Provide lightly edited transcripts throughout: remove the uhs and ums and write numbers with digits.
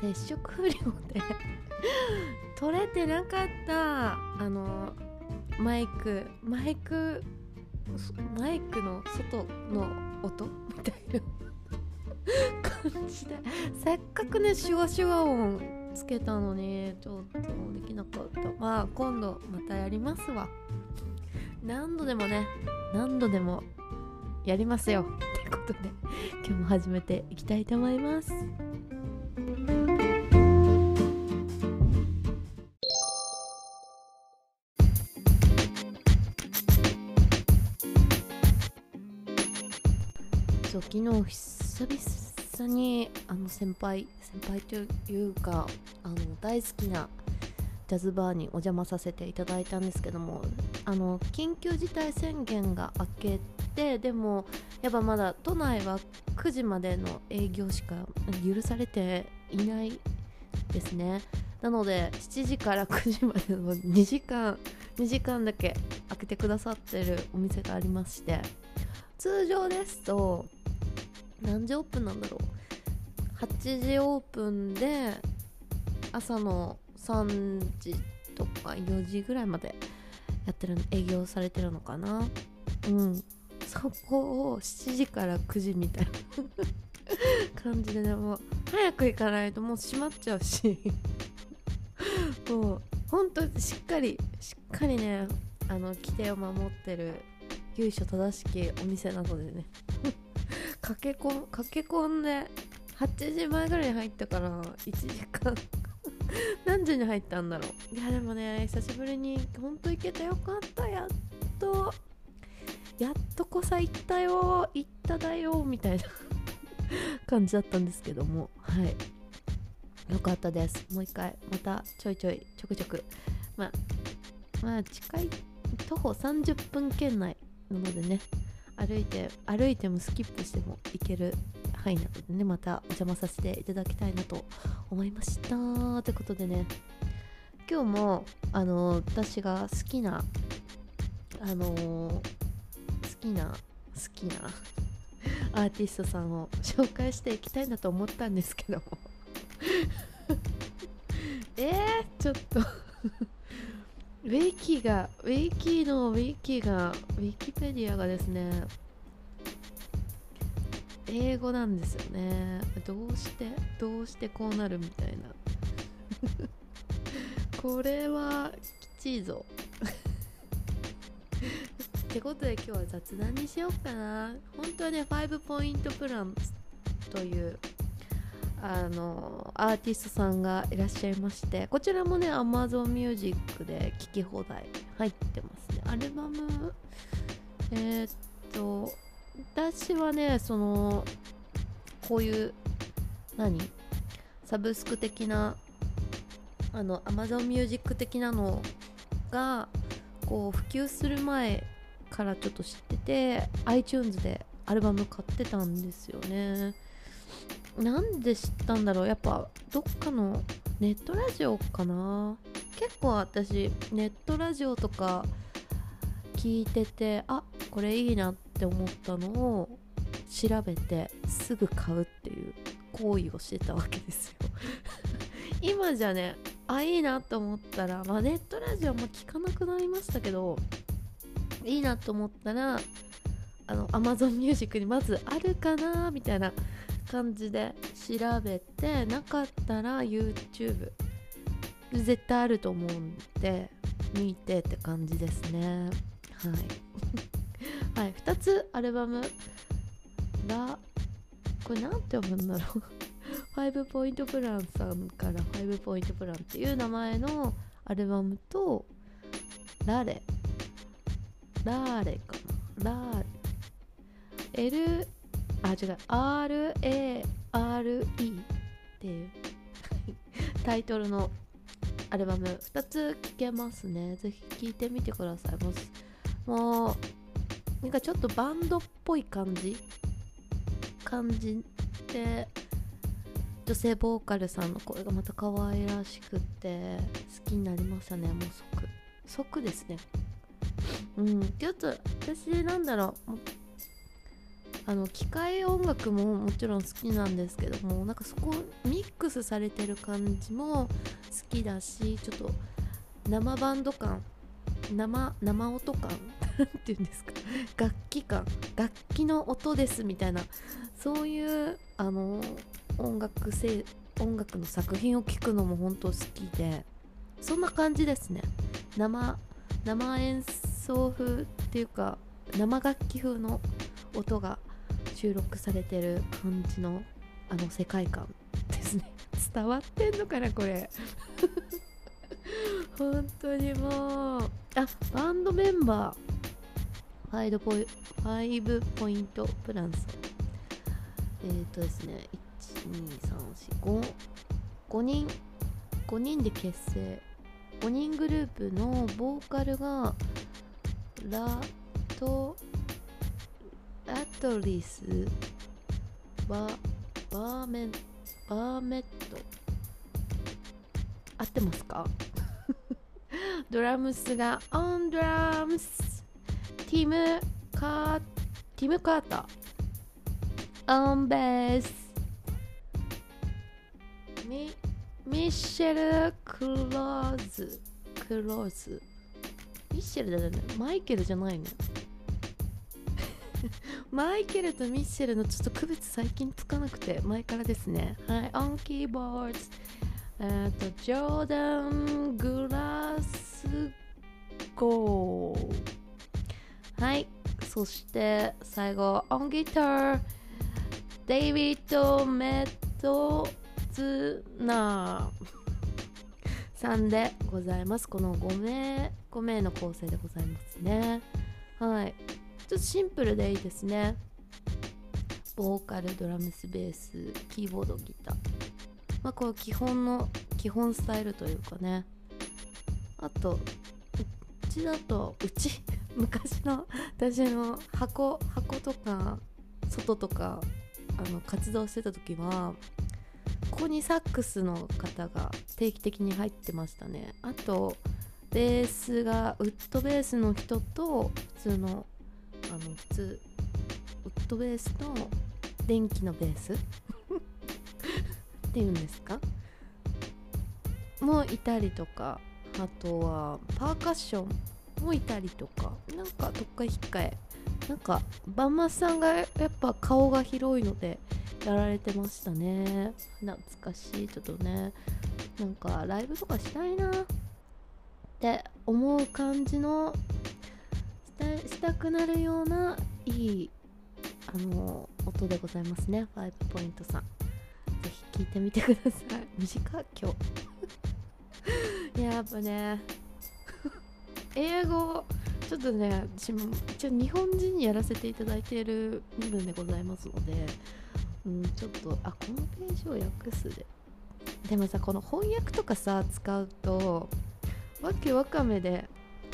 接触不良で取れてなかった。マイクの外の音みたいな感じで、せっかくねシュワシュワ音つけたのにちょっとできなかった。まあ今度またやりますわ。何度でもやりますよってことで、今日も始めていきたいと思います。昨日久々に先輩というか大好きなジャズバーにお邪魔させていただいたんですけども、緊急事態宣言が明けて、でもやっぱまだ都内は9時までの営業しか許されていないですね。なので7時から9時までの2時間だけ開けてくださってるお店がありまして、通常ですと何時オープンなんだろう、8時オープンで朝の3時とか4時ぐらいまで営業されてるのかな。そこを7時から9時みたいな感じでね、もう早く行かないともう閉まっちゃうしもうほんとしっかりね規定を守ってる由緒正しきお店なのでね駆け込んで8時前ぐらいに入ったから1時間何時に入ったんだろう。いやでもね、久しぶりに本当行けてよかった。やっとこさ行っただよみたいな感じだったんですけども、はいよかったです。もう一回またちょくまあ近い徒歩30分圏内なのでね、歩いてもスキップしても行ける範囲なのでね、またお邪魔させていただきたいなと思いましたということでね、今日も私が好きなアーティストさんを紹介していきたいなと思ったんですけどもちょっとウィキペディアがですね英語なんですよね。どうしてこうなるみたいなこれはきちいぞってことで今日は雑談にしようかな。本当はね5ポイントプランというアーティストさんがいらっしゃいまして、こちらもね Amazon Music で聴き放題入ってますね。アルバム私はねこういうサブスク的なAmazon Music 的なのがこう普及する前からちょっと知ってて iTunes でアルバム買ってたんですよね。なんで知ったんだろう。やっぱどっかのネットラジオかな。結構私ネットラジオとか聞いてて、これいいなって思ったのを調べてすぐ買うっていう行為をしてたわけですよ今じゃねいいなと思ったら、ネットラジオも聞かなくなりましたけど、いいなと思ったらAmazon Music にまずあるかなみたいな感じで調べて、なかったら YouTube 絶対あると思うんで見てって感じですね。はい2つアルバムがこれなんて読むんだろう5ポイントプランさんから5ポイントプランっていう名前のアルバムとラーレかなRARE っていうタイトルのアルバム2つ聴けますね。ぜひ聴いてみてください。もうなんかちょっとバンドっぽい感じで、女性ボーカルさんの声がまた可愛らしくて好きになりましたね。もう即ですね。ちょっと私機械音楽ももちろん好きなんですけども、なんかそこミックスされてる感じも好きだし、ちょっと生バンド感、生音感っていうんですか、楽器感、楽器の音ですみたいな、そういう音楽の作品を聴くのも本当好きで、そんな感じですね。生演奏風っていうか、生楽器風の音が収録されてる感じの世界観ですね。伝わってんのかなこれ本当にもう、バンドメンバー5ポイントプランさん、ですね、5人で結成、5人グループのボーカルがラトリスバーメット、合ってますかドラムスがオンドラムスティム・カーター、オンベースミッシェル・クローズミッシェルだね、マイケルじゃないねマイケルとミッシェルのちょっと区別最近つかなくて前からですね。はい、オンキーボードジョーダン・グラスゴー、はい、そして最後オンギターデイビッド・メトズナーさんでございます。この5名の構成でございますね。はい、ちょっとシンプルでいいですね。ボーカル、ドラムス、ベース、キーボード、ギター、こう基本スタイルというかね。あと昔の私の箱とか外とか活動してた時は、ここにサックスの方が定期的に入ってましたね。あとベースがウッドベースの人とウッドベースと電気のベースっていうんですかもいたりとか、あとはパーカッションもいたりとか、なんかどっか引っかえ、なんかバンマスさんがやっぱ顔が広いのでやられてましたね。懐かしい。ちょっとね、なんかライブとかしたいなって思う感じのしたくなるようないい音でございますね。5ポイントさん、ぜひ聞いてみてください。短っ今日やっぱね英語ちょっとね、私も一応日本人にやらせていただいている部分でございますので、ちょっとこのページを訳すでもさ、この翻訳とかさ使うとわけわかめだよね。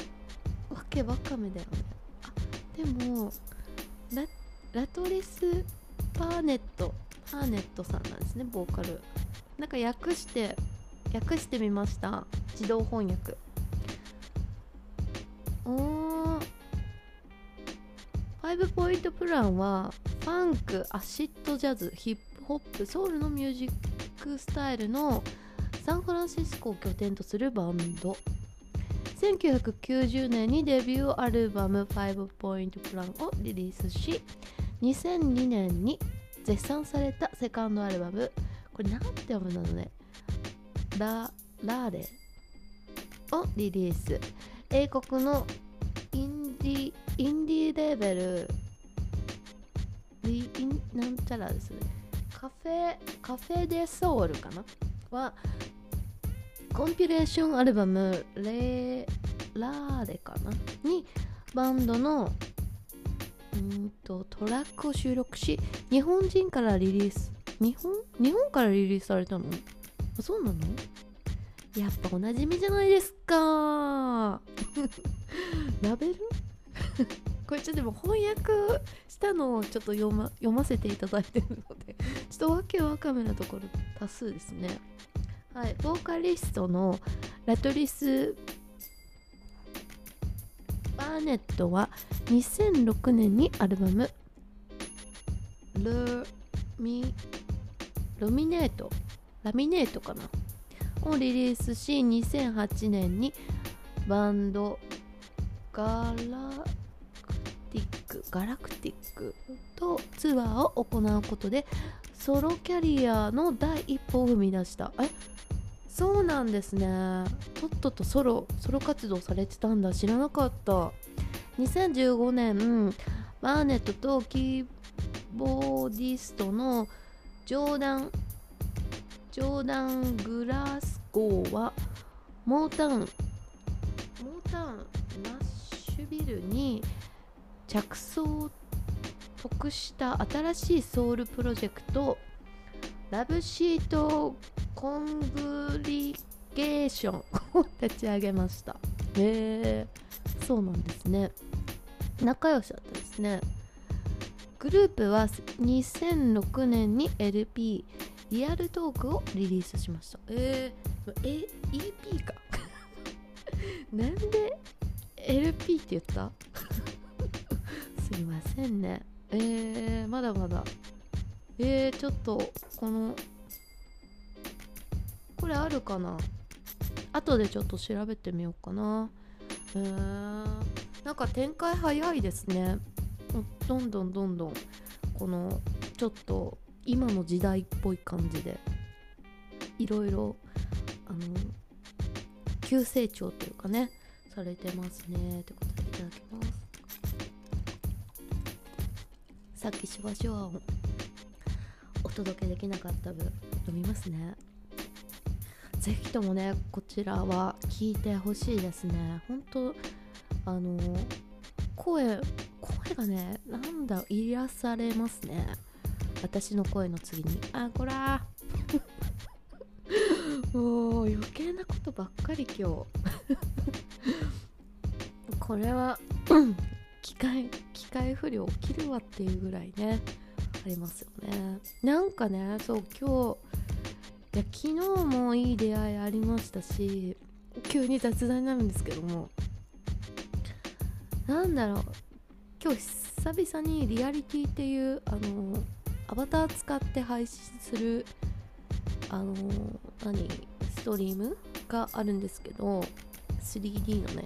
でもラトリス・パーネットさんなんですね、ボーカル。なんか訳してみました。自動翻訳。5ポイントプランはファンク、アシッドジャズ、ヒップホップ、ソウルのミュージックスタイルのサンフランシスコを拠点とするバンド。1990年にデビューアルバム5ポイントプランをリリースし、2002年に絶賛されたセカンドアルバム、これなんて読むんだろうね、ラーレをリリース。英国のインディーレーベルなんちゃらですね、カフェデソウルかなはコンピレーションアルバムラーレかなにバンドのトラックを収録し、日本からリリースされたの？そうなの？やっぱおなじみじゃないですかラベルこれちょっとでも翻訳したのをちょっと読ませていただいてるので、ちょっとわけわかめなところ多数ですね。はい、ボーカリストのラトリス・バーネットは2006年にアルバムルミネートかなをリリースし、2008年にバンドガラクティックとツアーを行うことでソロキャリアの第一歩を踏み出した。そうなんですね。とっととソロ活動されてたんだ。知らなかった。2015年バーネットとキーボーディストのジョーダン・グラスゴーはモータウンナッシュビルに着想得した新しいソウルプロジェクトラブシートコングリゲーションを立ち上げました。そうなんですね。仲良しだったですね。グループは2006年に LP リアルトークをリリースしました。EP かなんで LP って言ったすいませんね。まだまだちょっとこれあるかな、後でちょっと調べてみようかな。なんか展開早いですね。どんどんこのちょっと今の時代っぽい感じでいろいろ急成長というかねされてますね。ってことでいただきます。さっきシュワシュワをお届けできなかった分飲みますね。ぜひともねこちらは聞いてほしいですね。本当声がねなんだ癒されますね。私の声の次にこらもう余計なことばっかり今日これは機械不良起きるわっていうぐらいねありますよね。なんかねそう今日昨日もいい出会いありましたし、急に雑談になるんですけども、なんだろう、今日久々にリアリティっていうアバター使って配信するストリームがあるんですけど、 3D のね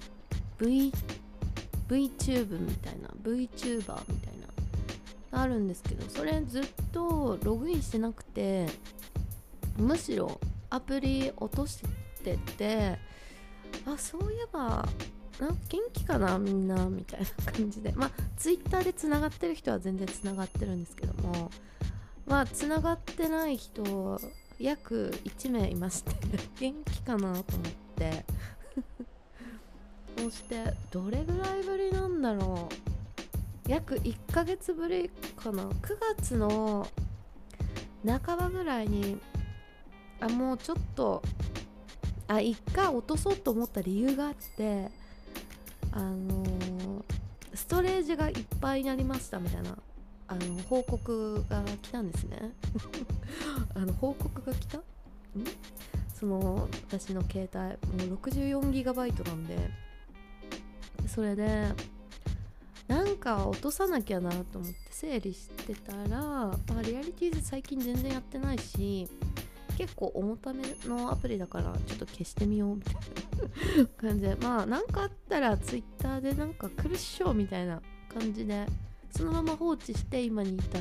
VTube みたいな VTuber みたいなあるんですけど、それずっとログインしてなくて、むしろアプリ落としてて、そういえば元気かなみんなみたいな感じで、ツイッターでつながってる人は全然つながってるんですけども、つながってない人約1名いまして元気かなと思ってそしてどれぐらいぶりなんだろう、約1ヶ月ぶりかな。9月の半ばぐらいにもうちょっと一回落とそうと思った理由があって、ストレージがいっぱいになりましたみたいな報告が来たんですね報告が来た私の携帯もう 64GB なんで、それでなんか落とさなきゃなと思って整理してたら、リアリティーズ最近全然やってないし、結構重ためのアプリだからちょっと消してみようみたいな感じで、なんかあったらツイッターでなんか来るっしょみたいな感じでそのまま放置して今に至って、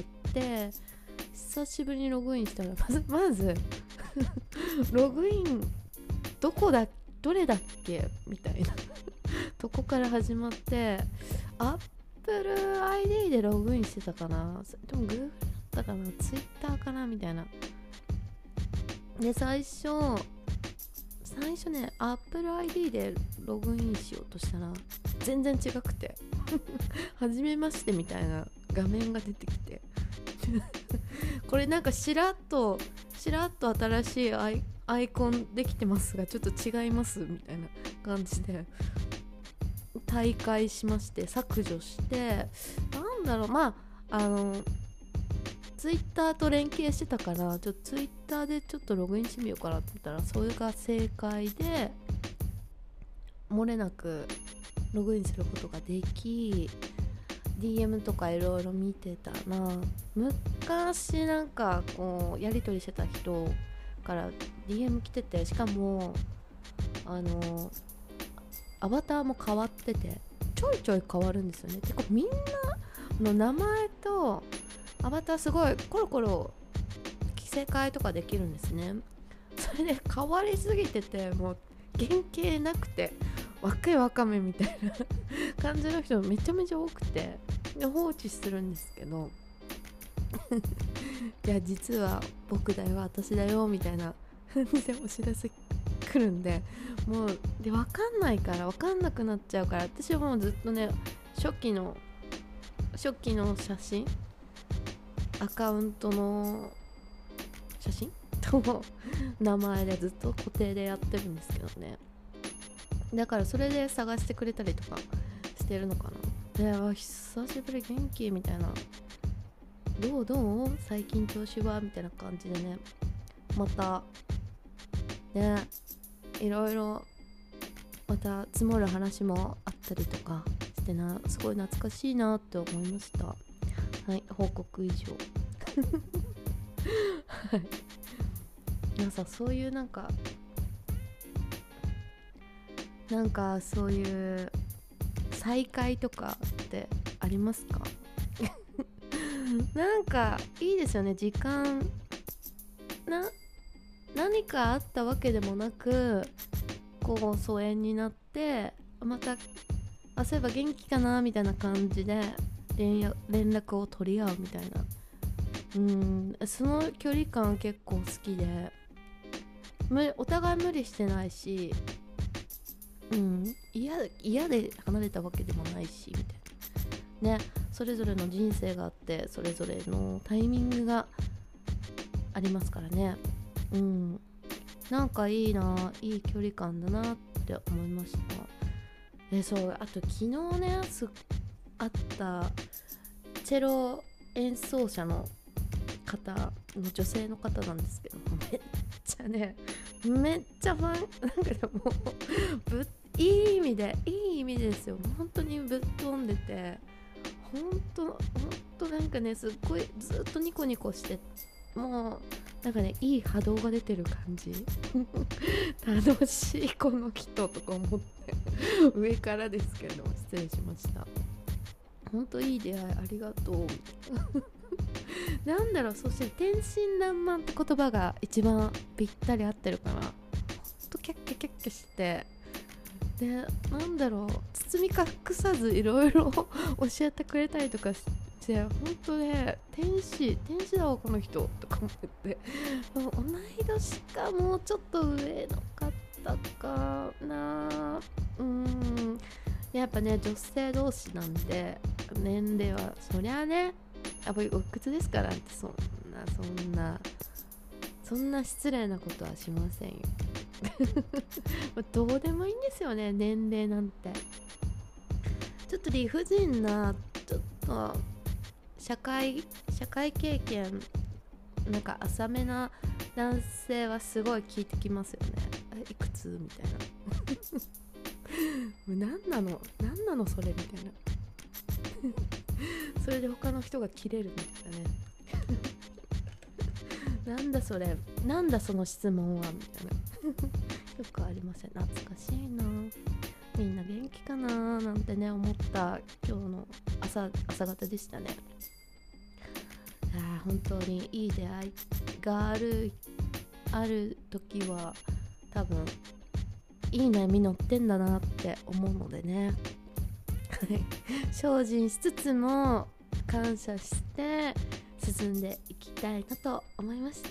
久しぶりにログインしたらまずログインどれだっけみたいなとこから始まって、Apple ID でログインしてたかな、でも Google だったかな、Twitter かなみたいな。で最初ね Apple ID でログインしようとしたら全然違くてはじめましてみたいな画面が出てきてこれなんかしらっと新しいアイコンできてますがちょっと違いますみたいな感じで退会しまして、削除して、ツイッターと連携してたからツイッターでちょっとログインしてみようかなって言ったらそれが正解で漏れなくログインすることができ、 DM とかいろいろ見てたら昔なんかこうやり取りしてた人から DM 来てて、しかもアバターも変わってて、ちょいちょい変わるんですよね。てかみんなの名前とアバターすごいコロコロ着せ替えとかできるんですね。それで変わりすぎてて、もう原型なくて若いわかめみたいな感じの人めちゃめちゃ多くて、で放置するんですけどいや実は僕だよ私だよみたいなでお知らせ来るんで、もうで分かんないから分かんなくなっちゃうから、私はもうずっとね初期の写真、アカウントの写真と名前でずっと固定でやってるんですけどね。だからそれで探してくれたりとかしてるのかな。で、久しぶり元気みたいな、どう最近調子はみたいな感じでね、またねいろいろまた積もる話もあったりとかしてな、すごい懐かしいなって思いました。はい、報告以上はい、なんかそういうなんかそういう再会とかってありますか？なんかいいですよね。時間何かあったわけでもなく、こう疎遠になってまたそういえば元気かなみたいな感じで連絡を取り合うみたいな、その距離感結構好きで、お互い無理してないし、嫌で離れたわけでもないしみたいなね。それぞれの人生があって、それぞれのタイミングがありますからね。なんかいい距離感だなって思いました。そう、あと昨日ねあったチェロ演奏者の方の女性の方なんですけど、めっちゃファン、なんかでもいい意味ですよ。本当にぶっ飛んでて、本当なんかね、すっごいずっとニコニコして、もうなんかねいい波動が出てる感じ楽しいこの人とか思って上からですけど失礼しました。本当いい出会いありがとうなんだろう。そして天真爛漫って言葉が一番ぴったり合ってるから、ほんとキャッキャしてで、なんだろう、包み隠さずいろいろ教えてくれたりとかして、ほんとね天使だわこの人とか思って同い年かもうちょっと上の方かな。やっぱね女性同士なんで、年齢はそりゃねおいくつですからって、そんな失礼なことはしませんよどうでもいいんですよね、年齢なんて。ちょっと理不尽な、ちょっと社会経験なんか浅めな男性はすごい聞いてきますよね。いくつみたいな何なのそれみたいなそれで他の人がキレるみたいなねなんだそれ、なんだその質問はみたいなよくありません。懐かしいな、みんな元気かななんてね思った今日の朝方でしたね。本当にいい出会いがある時は多分いい波乗ってんだなって思うのでね精進しつつも感謝して進んでいきたいなと思いました。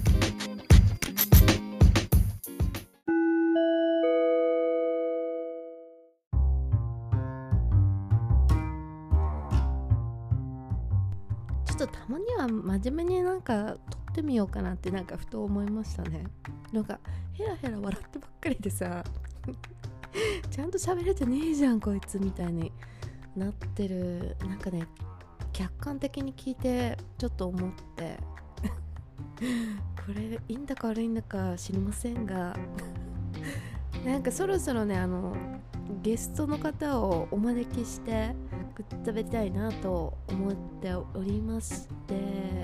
ちょっとたまには真面目になんか撮ってみようかなってなんかふと思いましたね。なんかヘラヘラ笑ってばっかりでさちゃんと喋れてねえじゃんこいつみたいになってる。なんかね客観的に聞いてちょっと思ってこれいいんだか悪いんだか知りませんがなんかそろそろねゲストの方をお招きして食べたいなと思っておりまして、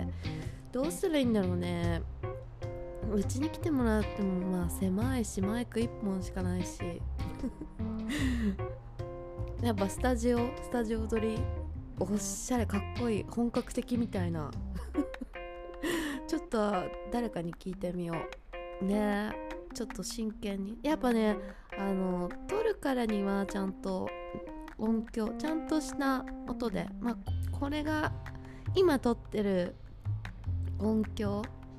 どうするいいんだろうね。うちに来てもらってもまあ狭いし、マイク1本しかないしやっぱスタジオ撮りおしゃれかっこいい本格的みたいなちょっと誰かに聞いてみようね。ちょっと真剣にやっぱね、撮るからにはちゃんと音響ちゃんとした音で、まあこれが今撮ってる音響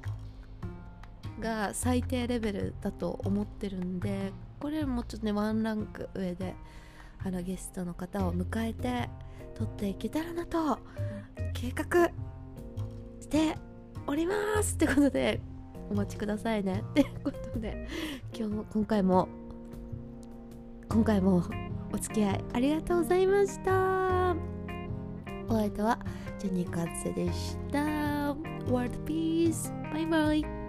が最低レベルだと思ってるんで、これもちょっとねワンランク上でゲストの方を迎えて撮っていけたらなと計画しておりますってことで、お待ちくださいねってことで、今回もお付き合いありがとうございました。お相手はジェニカツでした。ワールドピース、バイバイ。